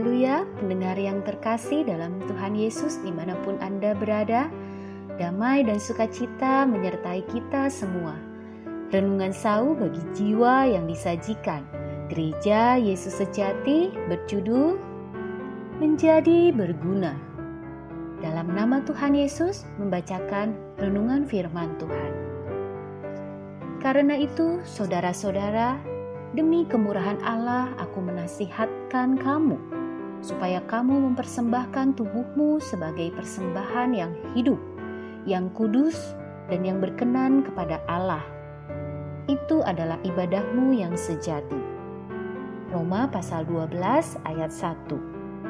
Haleluya, pendengar yang terkasih dalam Tuhan Yesus dimanapun Anda berada, damai dan sukacita menyertai kita semua. Renungan sau bagi jiwa yang disajikan, Gereja Yesus Sejati berjudul Menjadi Berguna. Dalam nama Tuhan Yesus membacakan renungan firman Tuhan. Karena itu, saudara-saudara, demi kemurahan Allah aku menasihatkan kamu, supaya kamu mempersembahkan tubuhmu sebagai persembahan yang hidup, yang kudus, dan yang berkenan kepada Allah. Itu adalah ibadahmu yang sejati. Roma pasal 12 ayat 1.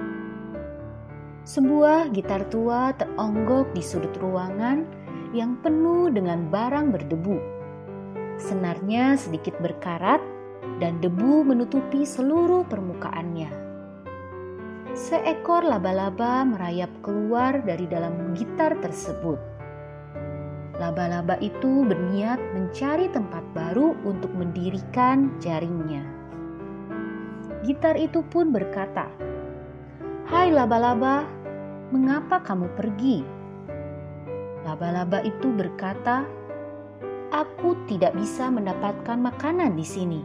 Sebuah gitar tua teronggok di sudut ruangan yang penuh dengan barang berdebu. Senarnya sedikit berkarat dan debu menutupi seluruh permukaannya. Seekor laba-laba merayap keluar dari dalam gitar tersebut. Laba-laba itu berniat mencari tempat baru untuk mendirikan jaringnya. Gitar itu pun berkata, "Hai laba-laba, mengapa kamu pergi?" Laba-laba itu berkata, "Aku tidak bisa mendapatkan makanan di sini."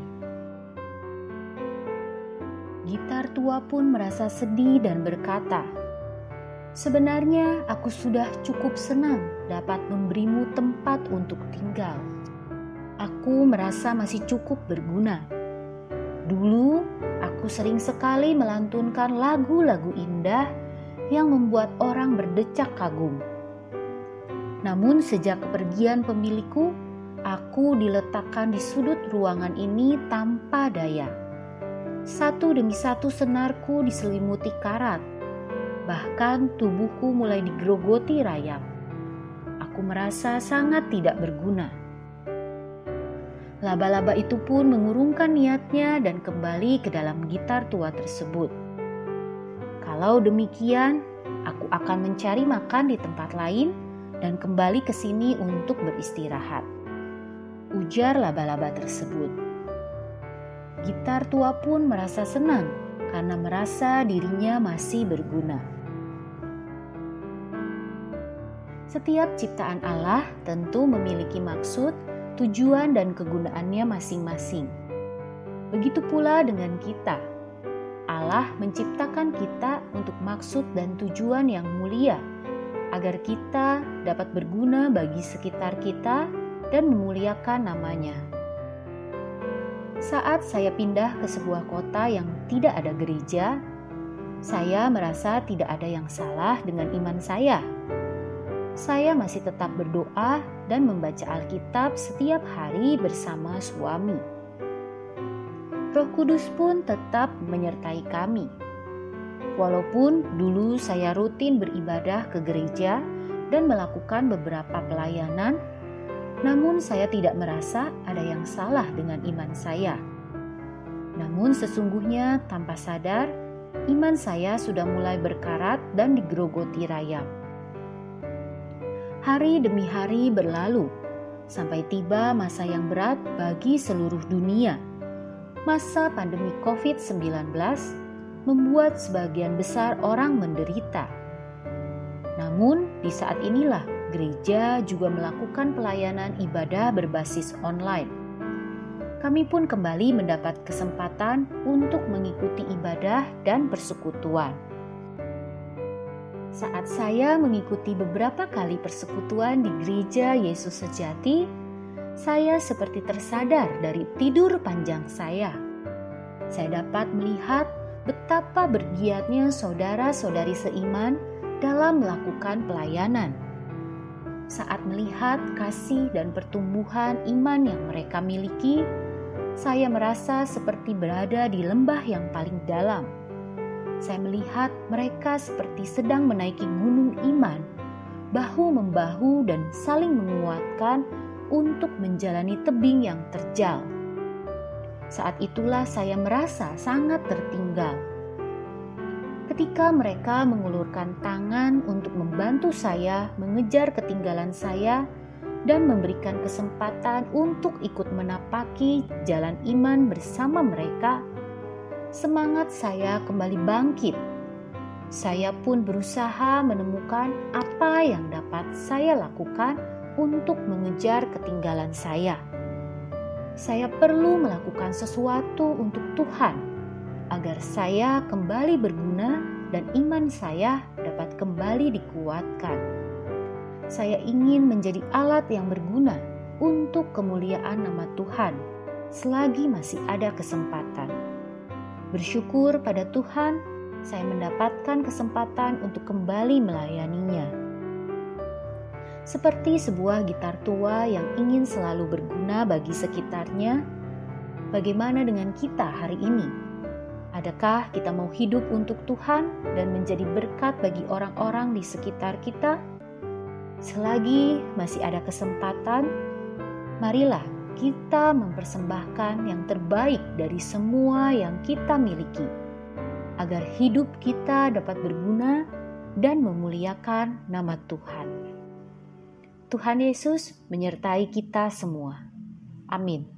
Gitar tua pun merasa sedih dan berkata, "Sebenarnya aku sudah cukup senang dapat memberimu tempat untuk tinggal. Aku merasa masih cukup berguna. Dulu aku sering sekali melantunkan lagu-lagu indah yang membuat orang berdecak kagum. Namun sejak kepergian pemilikku, aku diletakkan di sudut ruangan ini tanpa daya. Satu demi satu senarku diselimuti karat, bahkan tubuhku mulai digerogoti rayap. Aku merasa sangat tidak berguna." Laba-laba itu pun mengurungkan niatnya dan kembali ke dalam gitar tua tersebut. "Kalau demikian, aku akan mencari makan di tempat lain dan kembali ke sini untuk beristirahat," ujar laba-laba tersebut. Gitar tua pun merasa senang karena merasa dirinya masih berguna. Setiap ciptaan Allah tentu memiliki maksud, tujuan, dan kegunaannya masing-masing. Begitu pula dengan kita. Allah menciptakan kita untuk maksud dan tujuan yang mulia, agar kita dapat berguna bagi sekitar kita dan memuliakan namanya. Saat saya pindah ke sebuah kota yang tidak ada gereja, saya merasa tidak ada yang salah dengan iman saya. Saya masih tetap berdoa dan membaca Alkitab setiap hari bersama suami. Roh Kudus pun tetap menyertai kami. Walaupun dulu saya rutin beribadah ke gereja dan melakukan beberapa pelayanan, namun saya tidak merasa ada yang salah dengan iman saya. Namun sesungguhnya tanpa sadar, iman saya sudah mulai berkarat dan digerogoti rayap. Hari demi hari berlalu, sampai tiba masa yang berat bagi seluruh dunia. Masa pandemi COVID-19 membuat sebagian besar orang menderita. Namun di saat inilah gereja juga melakukan pelayanan ibadah berbasis online. Kami pun kembali mendapat kesempatan untuk mengikuti ibadah dan persekutuan. Saat saya mengikuti beberapa kali persekutuan di Gereja Yesus Sejati, saya seperti tersadar dari tidur panjang saya. Saya dapat melihat betapa bergiatnya saudara-saudari seiman dalam melakukan pelayanan. Saat melihat kasih dan pertumbuhan iman yang mereka miliki, saya merasa seperti berada di lembah yang paling dalam. Saya melihat mereka seperti sedang menaiki gunung iman, bahu-membahu dan saling menguatkan untuk menjalani tebing yang terjal. Saat itulah saya merasa sangat tertinggal. Ketika mereka mengulurkan tangan untuk membantu saya mengejar ketinggalan saya dan memberikan kesempatan untuk ikut menapaki jalan iman bersama mereka, semangat saya kembali bangkit. Saya pun berusaha menemukan apa yang dapat saya lakukan untuk mengejar ketinggalan saya. Saya perlu melakukan sesuatu untuk Tuhan agar saya kembali berguna dan iman saya dapat kembali dikuatkan. Saya ingin menjadi alat yang berguna untuk kemuliaan nama Tuhan selagi masih ada kesempatan. Bersyukur pada Tuhan, saya mendapatkan kesempatan untuk kembali melayaninya. Seperti sebuah gitar tua yang ingin selalu berguna bagi sekitarnya, bagaimana dengan kita hari ini? Adakah kita mau hidup untuk Tuhan dan menjadi berkat bagi orang-orang di sekitar kita? Selagi masih ada kesempatan, marilah kita mempersembahkan yang terbaik dari semua yang kita miliki, agar hidup kita dapat berguna dan memuliakan nama Tuhan. Tuhan Yesus menyertai kita semua. Amin.